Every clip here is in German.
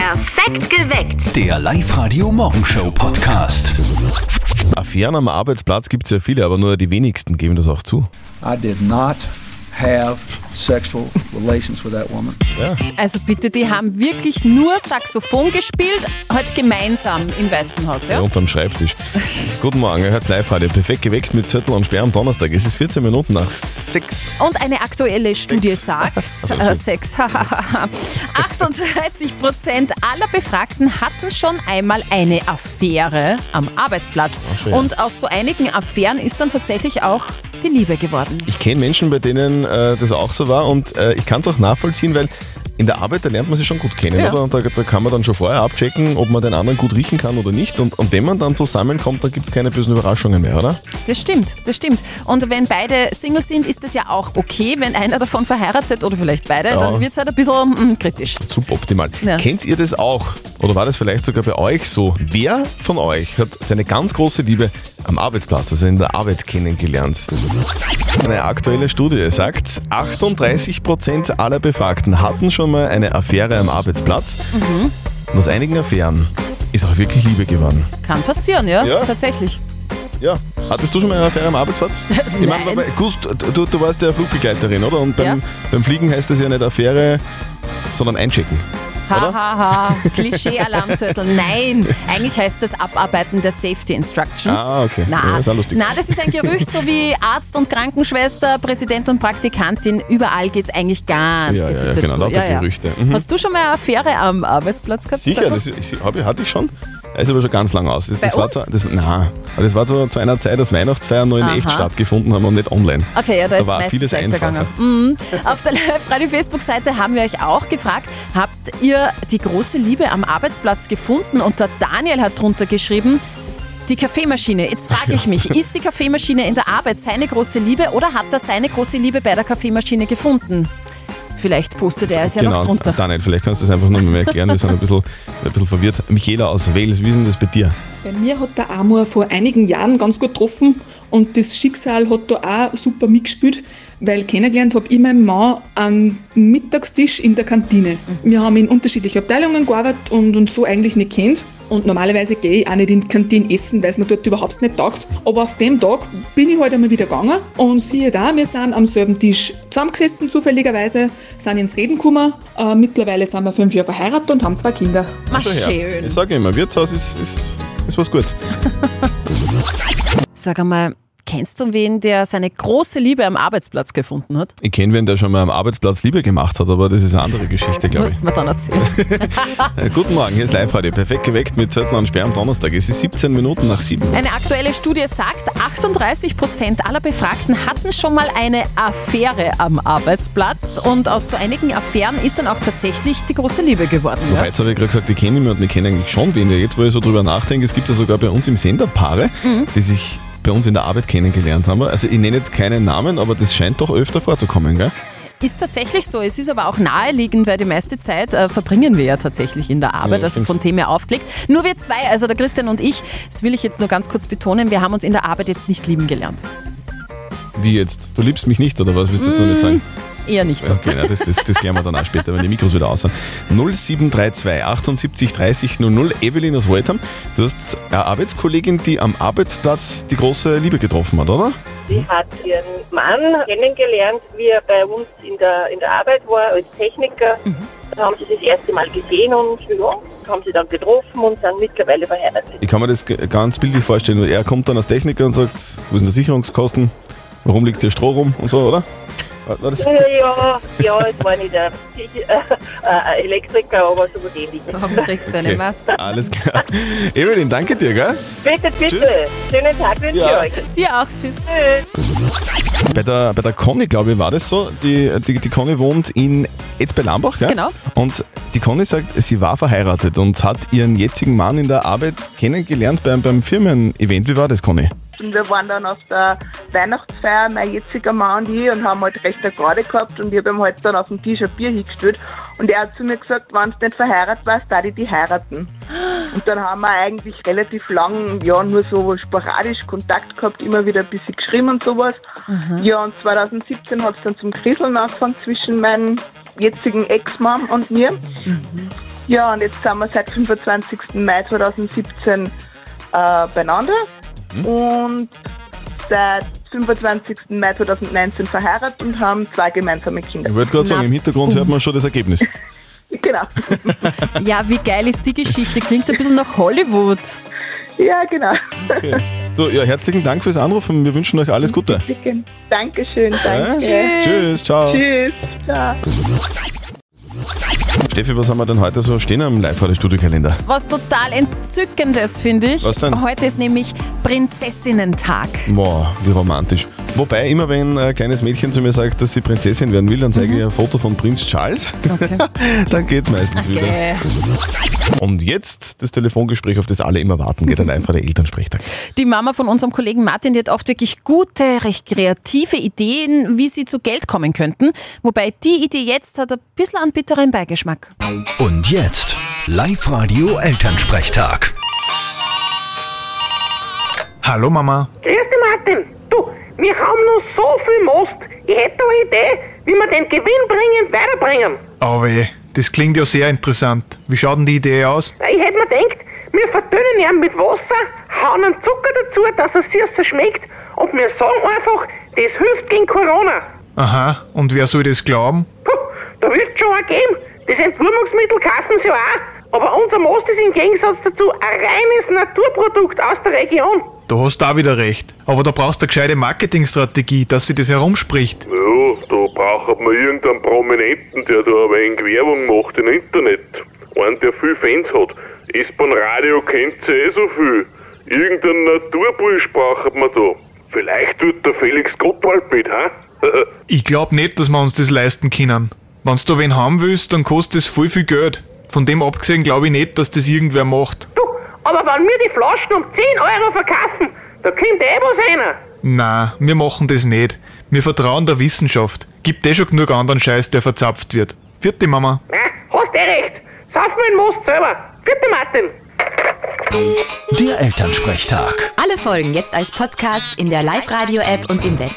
Perfekt geweckt. Der Live-Radio-Morgenshow-Podcast. Affären am Arbeitsplatz gibt es ja viele, aber nur die wenigsten geben das auch zu. I did not have sexual relations with that woman. Also bitte, die haben wirklich nur Saxophon gespielt, heute gemeinsam im Weißen Haus, ja? Ja, unterm Schreibtisch. Guten Morgen, ihr hört's Live-Radio. Perfekt geweckt mit Zettel und Sperr am Donnerstag. Es ist 14 Minuten nach 6. Und eine aktuelle Studie sagt, 38% aller Befragten hatten schon einmal eine Affäre am Arbeitsplatz. schön. Und aus so einigen Affären ist dann tatsächlich auch die Liebe geworden. Ich kenne Menschen, bei denen das auch so war und ich kann es auch nachvollziehen, weil in der Arbeit, da lernt man sich schon gut kennen, Ja. oder? Und da kann man dann schon vorher abchecken, ob man den anderen gut riechen kann oder nicht. Und wenn man dann zusammenkommt, dann gibt es keine bösen Überraschungen mehr, oder? Das stimmt. Und wenn beide Single sind, ist das ja auch okay. Wenn einer davon verheiratet oder vielleicht beide, dann wird es halt ein bisschen kritisch. Suboptimal. Ja. Kennt ihr das auch? Oder war das vielleicht sogar bei euch so? Wer von euch hat seine ganz große Liebe am Arbeitsplatz, also in der Arbeit kennengelernt? Eine aktuelle Studie sagt, 38% aller Befragten hatten schon mal eine Affäre am Arbeitsplatz. Und aus einigen Affären ist auch wirklich Liebe geworden. Kann passieren, ja, Ja. tatsächlich. Ja. Hattest du schon mal eine Affäre am Arbeitsplatz? Ich meine, Nein. du warst ja Flugbegleiterin, oder? Und beim Fliegen heißt das ja nicht Affäre, sondern einchecken. Hahaha, Klischee-Alarmzettel. Nein, eigentlich heißt das Abarbeiten der Safety Instructions. Ah, okay. Ja, ist auch lustig. Das ist ein Gerücht, so wie Arzt und Krankenschwester, Präsident und Praktikantin. Überall geht es eigentlich ganz Ja, gesittet genau, zu. lauter Gerüchte. Mhm. Hast du schon mal eine Affäre am Arbeitsplatz gehabt? Sicher, Sag mal. hatte ich schon. Ist aber schon ganz lang aus. Das Bei war uns? das war so zu einer Zeit, dass Weihnachtsfeiern nur in Aha. echt stattgefunden haben und nicht online. Okay, ja, da ist war meistens vieles leichter einfacher. gegangen. Auf der Live-Radio-Facebook-Seite haben wir euch auch gefragt, habt ihr die große Liebe am Arbeitsplatz gefunden? Und der Daniel hat drunter geschrieben, die Kaffeemaschine. Jetzt frage ich mich, ist die Kaffeemaschine in der Arbeit seine große Liebe oder hat er seine große Liebe bei der Kaffeemaschine gefunden? Vielleicht postet er es ja noch drunter. Daniel, vielleicht kannst du das einfach nur mal erklären. Wir sind ein bisschen verwirrt. Michaela aus Wales, wie ist denn das bei dir? Bei mir hat der Amor vor einigen Jahren ganz gut getroffen und das Schicksal hat da auch super mitgespielt, weil kennengelernt habe ich meinen Mann am Mittagstisch in der Kantine. Wir haben in unterschiedlichen Abteilungen gearbeitet und uns so eigentlich nicht kennt. Und normalerweise gehe ich auch nicht in die Kantine essen, weil es mir dort überhaupt nicht taugt. Aber auf dem Tag bin ich halt einmal wieder gegangen und siehe da, wir sind am selben Tisch zusammengesessen, zufälligerweise, sind ins Reden gekommen. Mittlerweile sind wir 5 Jahre verheiratet und haben 2 Kinder. Mach Also, ja. schön. Ich sage immer, Wirtshaus ist was Gutes. Sag einmal, kennst du wen, der seine große Liebe am Arbeitsplatz gefunden hat? Ich kenne wen, der schon mal am Arbeitsplatz Liebe gemacht hat, aber das ist eine andere Geschichte, glaube ich. Musst mir dann erzählen. Guten Morgen, hier ist Live-Radio. Perfekt geweckt mit Zettel und Sperr am Donnerstag. Es ist 17 Minuten nach 7. Eine aktuelle Studie sagt, 38% aller Befragten hatten schon mal eine Affäre am Arbeitsplatz und aus so einigen Affären ist dann auch tatsächlich die große Liebe geworden. Wobei, jetzt habe ich gerade gesagt, ich kenne niemanden, ich kenne eigentlich schon wen. Jetzt, wo ich so drüber nachdenke, es gibt ja sogar bei uns im Sender Paare, die sich bei uns in der Arbeit kennengelernt haben. Also ich nenne jetzt keinen Namen, aber das scheint doch öfter vorzukommen, gell? Ist tatsächlich so. Es ist aber auch naheliegend, weil die meiste Zeit verbringen wir ja tatsächlich in der Arbeit, Ja, also stimmt. von dem her aufgelegt. Nur wir zwei, also der Christian und ich, das will ich jetzt nur ganz kurz betonen, wir haben uns in der Arbeit jetzt nicht lieben gelernt. Wie jetzt? Du liebst mich nicht, oder was willst du damit sagen? Eher nicht so. Okay, na, das klären wir dann auch später, wenn die Mikros wieder aus sind. 0732 78 30 00. Evelyn aus Waltham, du hast eine Arbeitskollegin, die am Arbeitsplatz die große Liebe getroffen hat, oder? Sie hat ihren Mann kennengelernt, wie er bei uns in der Arbeit war, als Techniker. Da haben sie sich das erste Mal gesehen und ja, haben sie dann getroffen und sind mittlerweile verheiratet. Ich kann mir das ganz bildlich vorstellen. Er kommt dann als Techniker und sagt, wo sind die Sicherungskosten? Warum liegt hier Stroh rum und so, oder? War das? Ja, es war nicht ein Elektriker, aber so was ähnliches. Warum trägst du eine Maske? Alles klar. Evelyn, danke dir, gell? Bitte. Tschüss. Schönen Tag wünsche Ja. ich euch. Dir auch, tschüss. Bei der Conny, glaube ich, war das so. Die Conny wohnt in Ed bei Lambach, gell? Genau. Und die Conny sagt, sie war verheiratet und hat ihren jetzigen Mann in der Arbeit kennengelernt beim Firmen-Event. Wie war das, Conny? Und wir waren dann auf der Weihnachtsfeier, mein jetziger Mann und ich, und haben halt recht eine Garde gehabt und ich habe ihm halt dann auf dem Tisch ein Bier hingestellt und er hat zu mir gesagt, wenn du nicht verheiratet warst, darf ich dich heiraten. Und dann haben wir eigentlich relativ lang, ja, nur so sporadisch Kontakt gehabt, immer wieder ein bisschen geschrieben und sowas. Ja, und 2017 hat es dann zum Kriseln angefangen zwischen meinem jetzigen Ex-Mann und mir. Ja, und jetzt sind wir seit 25. Mai 2017 beieinander und seit 25. Mai 2019 verheiratet und haben 2 gemeinsame Kinder. Ich wollte gerade sagen, im Hintergrund hört man schon das Ergebnis. Genau. Ja, wie geil ist die Geschichte? Klingt ein bisschen nach Hollywood. Ja, genau. Okay. So, ja, herzlichen Dank fürs Anrufen. Wir wünschen euch alles Gute. Dankeschön, danke. Tschüss, ciao. Tschüss, ciao. Steffi, was haben wir denn heute so stehen am Live-Radio-Studio-Kalender? Was total Entzückendes, finde ich. Was denn? Heute ist nämlich Prinzessinnentag. Boah, wie romantisch. Wobei, immer wenn ein kleines Mädchen zu mir sagt, dass sie Prinzessin werden will, dann zeige ich ein Foto von Prinz Charles. Okay. Dann geht's meistens wieder. Okay. Und jetzt das Telefongespräch, auf das alle immer warten, geht dann einfach der Elternsprechtag. Die Mama von unserem Kollegen Martin, die hat oft wirklich gute, recht kreative Ideen, wie sie zu Geld kommen könnten. Wobei die Idee jetzt hat ein bisschen einen bitteren Beigeschmack. Und jetzt Live-Radio Elternsprechtag. Hallo Mama. Grüß dich, Martin. Du, wir haben noch so viel Most. Ich hätte eine Idee, wie wir den gewinnbringend weiterbringen. Aber das klingt ja sehr interessant. Wie schaut denn die Idee aus? Ich hätte mir gedacht, wir verdünnen ihn mit Wasser, hauen einen Zucker dazu, dass er süßer schmeckt und wir sagen einfach, das hilft gegen Corona. Aha, und wer soll das glauben? Puh, da wird es schon auch geben. Das Entwurmungsmittel kaufen sie ja auch. Aber unser Most ist im Gegensatz dazu ein reines Naturprodukt aus der Region. Da hast du auch wieder recht. Aber da brauchst du eine gescheite Marketingstrategie, dass sich das herumspricht. Ja, da braucht man irgendeinen Prominenten, der da ein wenig Werbung macht im Internet. Einen, der viel Fans hat. S-Bahn-Radio kennt sie eh so viel. Irgendeinen Naturbursch braucht man da. Vielleicht tut der Felix Gottwald mit, ha? Ich glaub nicht, dass wir uns das leisten können. Wenn du da wen haben willst, dann kostet es voll viel Geld. Von dem abgesehen glaube ich nicht, dass das irgendwer macht. Du, aber wenn wir die Flaschen um 10 € verkaufen, da kommt eh was rein. Na, wir machen das nicht. Wir vertrauen der Wissenschaft. Gibt eh schon genug anderen Scheiß, der verzapft wird. Vierte Mama. Na, hast eh recht. Sauf mir den Most selber. Vierte Martin. Der Elternsprechtag. Alle Folgen jetzt als Podcast in der Live-Radio-App und im Web.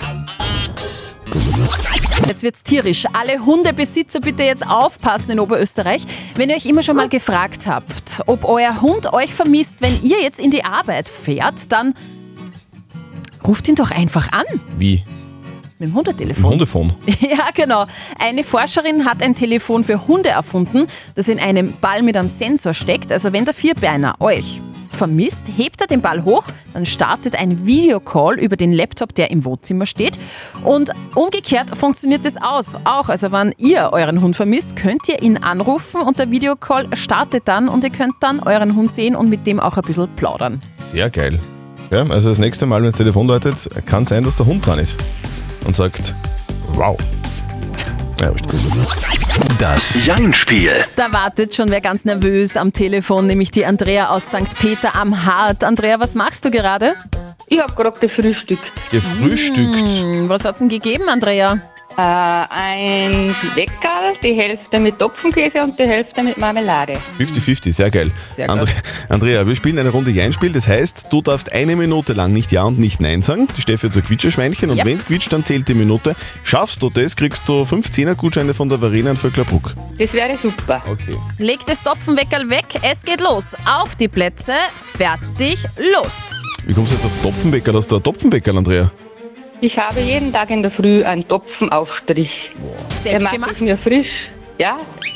Jetzt wird's tierisch. Alle Hundebesitzer bitte jetzt aufpassen in Oberösterreich. Wenn ihr euch immer schon mal gefragt habt, ob euer Hund euch vermisst, wenn ihr jetzt in die Arbeit fährt, dann ruft ihn doch einfach an. Wie? Mit dem Hundetelefon. Hundefon? Ja, genau. Eine Forscherin hat ein Telefon für Hunde erfunden, das in einem Ball mit einem Sensor steckt. Also wenn der Vierbeiner euch vermisst, hebt er den Ball hoch, dann startet ein Videocall über den Laptop, der im Wohnzimmer steht. Und umgekehrt funktioniert das auch. Also wenn ihr euren Hund vermisst, könnt ihr ihn anrufen und der Videocall startet dann und ihr könnt dann euren Hund sehen und mit dem auch ein bisschen plaudern. Sehr geil. Ja, also das nächste Mal, wenn das Telefon läutet, kann sein, dass der Hund dran ist und sagt, wow. Ja, Das Jein-Spiel. Da wartet schon wer ganz nervös am Telefon, nämlich die Andrea aus St. Peter am Hart. Andrea, was machst du gerade? Ich habe gerade gefrühstückt. Gefrühstückt? Was hat's denn gegeben, Andrea? Ein Weckerl, die Hälfte mit Topfenkäse und die Hälfte mit Marmelade. 50-50, sehr geil. Sehr gut. Andrea, wir spielen eine Runde Jein-Spiel. Das heißt, du darfst 1 Minute lang nicht Ja und nicht Nein sagen. Die Steffi hat so ein Quietscherschweinchen und Ja. wenn es quietscht, dann zählt die Minute. Schaffst du das, kriegst du 5-10er-Gutscheine von der Verena in Vöcklerbruck. Das wäre super. Okay. Leg das Topfenweckerl weg, es geht los. Auf die Plätze, fertig, los. Wie kommst du jetzt auf Topfenbäckerl? Hast du ein Topfenbäckerl, Andrea? Ich habe jeden Tag in der Früh einen Topfenaufstrich. Selbst Der mache gemacht? ich mir frisch. Ja.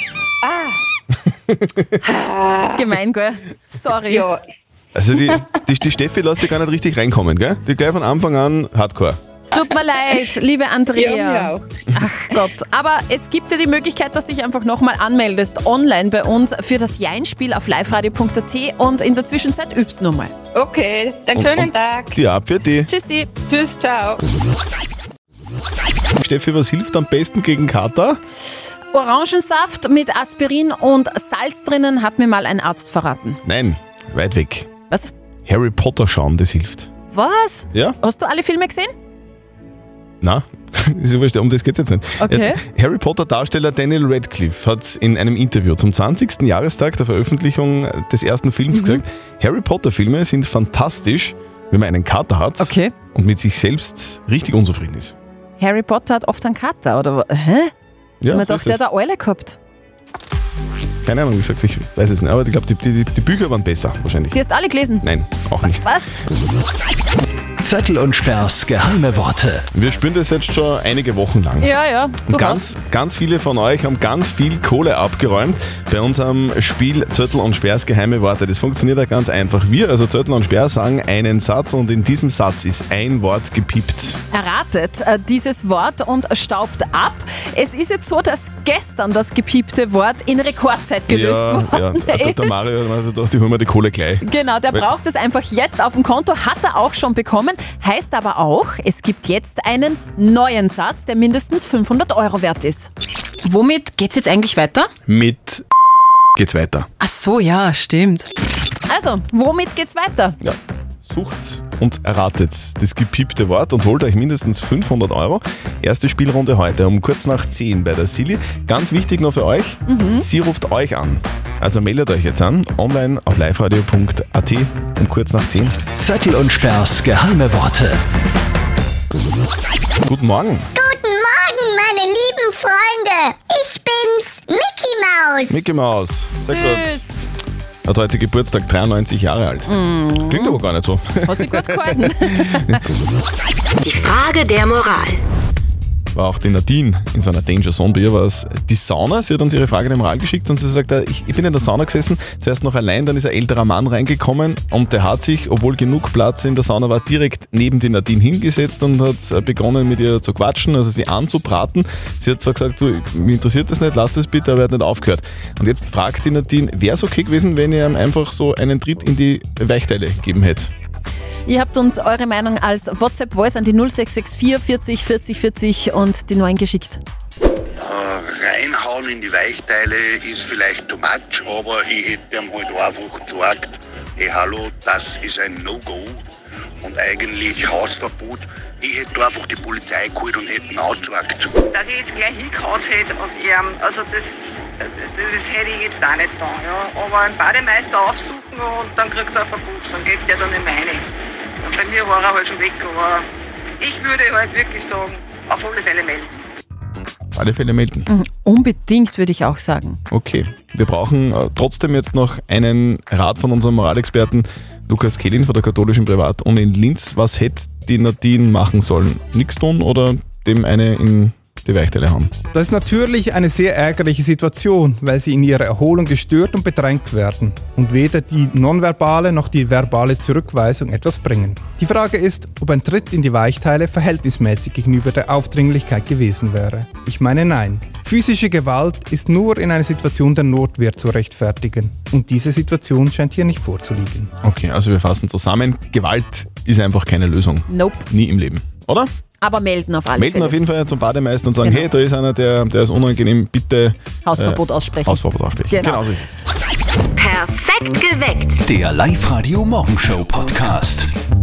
Gemein, gell? Sorry. Ja. Also die Steffi lässt dich gar nicht richtig reinkommen, gell? Die gleich von Anfang an Hardcore. Tut mir leid, liebe Andrea. Ja, mir auch. Ach Gott, aber es gibt ja die Möglichkeit, dass du dich einfach nochmal anmeldest online bei uns für das Jein-Spiel auf liveradio.at und in der Zwischenzeit übst du nochmal. Okay, einen schönen Tag. Die ab für die. Tschüssi. Tschüss, ciao. Steffi, was hilft am besten gegen Kater? Orangensaft mit Aspirin und Salz drinnen, hat mir mal ein Arzt verraten. Nein, weit weg. Was? Harry Potter schauen, das hilft. Was? Ja? Hast du alle Filme gesehen? Na, ist ja wurscht, um das geht's jetzt nicht. Okay. Harry Potter-Darsteller Daniel Radcliffe hat in einem Interview zum 20. Jahrestag der Veröffentlichung des ersten Films gesagt, Harry Potter-Filme sind fantastisch, wenn man einen Kater hat Okay. und mit sich selbst richtig unzufrieden ist. Harry Potter hat oft einen Kater, oder was? Hä? Ja, Man so dachte, ist der hat eine Eule gehabt. Keine Ahnung, wie gesagt, ich weiß es nicht. Aber ich glaube, die Bücher waren besser wahrscheinlich. Die hast alle gelesen? Nein, auch nicht. Was? Zettel und Sperrs geheime Worte. Wir spielen das jetzt schon einige Wochen lang. Ja, Und ganz viele von euch haben ganz viel Kohle abgeräumt bei unserem Spiel Zettel und Sperrs geheime Worte. Das funktioniert ja ganz einfach. Wir, also Zettel und Sperr, sagen einen Satz und in diesem Satz ist ein Wort gepiept. Erratet dieses Wort und staubt ab. Es ist jetzt so, dass gestern das gepiepte Wort in Rekordzeit gelöst worden ist. Der Mario hat also gedacht, die holen wir die Kohle gleich. Genau, der braucht es einfach jetzt auf dem Konto, hat er auch schon bekommen. Heißt aber auch, es gibt jetzt einen neuen Satz, der mindestens 500 € wert ist. Womit geht's jetzt eigentlich weiter? Mit geht's weiter. Ach so, ja, stimmt. Also, womit geht's weiter? Ja. Sucht und erratet das gepiepte Wort und holt euch mindestens 500 €. Erste Spielrunde heute um kurz nach 10 bei der Silly. Ganz wichtig noch für euch, sie ruft euch an. Also meldet euch jetzt an, online auf liveradio.at um kurz nach 10. Zettel und Sperrs geheime Worte. Guten Morgen. Guten Morgen, meine lieben Freunde. Ich bin's, Mickey Maus. Mickey Maus. Süß. Hat heute Geburtstag, 93 Jahre alt. Klingt aber gar nicht so. Hat sich gut gehalten. Die Frage der Moral. War auch die Nadine in so einer Danger Zone. Bei ihr war es die Sauna. Sie hat uns ihre Frage der Moral geschickt und sie sagt, ich bin in der Sauna gesessen, zuerst noch allein, dann ist ein älterer Mann reingekommen und der hat sich, obwohl genug Platz in der Sauna war, direkt neben die Nadine hingesetzt und hat begonnen mit ihr zu quatschen, also sie anzubraten. Sie hat zwar gesagt, du, mich interessiert das nicht, lass das bitte, aber er hat nicht aufgehört. Und jetzt fragt die Nadine, wäre es okay gewesen, wenn ihr ihm einfach so einen Tritt in die Weichteile gegeben hättet? Ihr habt uns eure Meinung als WhatsApp-Voice an die 0664 40 40 40 und die 9 geschickt. Reinhauen in die Weichteile ist vielleicht too much, aber ich hätte ihm halt einfach gesagt, hey hallo, das ist ein No-Go und eigentlich Hausverbot. Ich hätte einfach die Polizei geholt und hätte ihn angezeigt. Dass ich jetzt gleich hingehauen hätte auf ihn, also das hätte ich jetzt auch nicht getan. Ja. Aber einen Bademeister aufsuchen und dann kriegt er ein Verbot, dann geht der dann nicht mehr rein. Und bei mir war er halt schon weg, aber ich würde halt wirklich sagen, auf alle Fälle melden. Auf alle Fälle melden? Unbedingt, würde ich auch sagen. Okay, wir brauchen trotzdem jetzt noch einen Rat von unserem Moralexperten Lukas Kehlin von der katholischen Privatuni in Linz. Was hätte die Nadine machen sollen? Nichts tun oder dem eine in die Weichteile hauen? Das ist natürlich eine sehr ärgerliche Situation, weil sie in ihrer Erholung gestört und bedrängt werden und weder die nonverbale noch die verbale Zurückweisung etwas bringen. Die Frage ist, ob ein Tritt in die Weichteile verhältnismäßig gegenüber der Aufdringlichkeit gewesen wäre. Ich meine nein. Physische Gewalt ist nur in einer Situation der Notwehr zu rechtfertigen und diese Situation scheint hier nicht vorzuliegen. Okay, also wir fassen zusammen, Gewalt ist einfach keine Lösung. Nope. Nie im Leben, oder? Aber melden auf alle Fälle. Melden auf jeden Fall zum Bademeister und sagen, Genau. hey, da ist einer, der ist unangenehm, bitte Hausverbot aussprechen. Hausverbot aussprechen. Genau. So ist es. Perfekt geweckt. Der Live-Radio Morgenshow Podcast.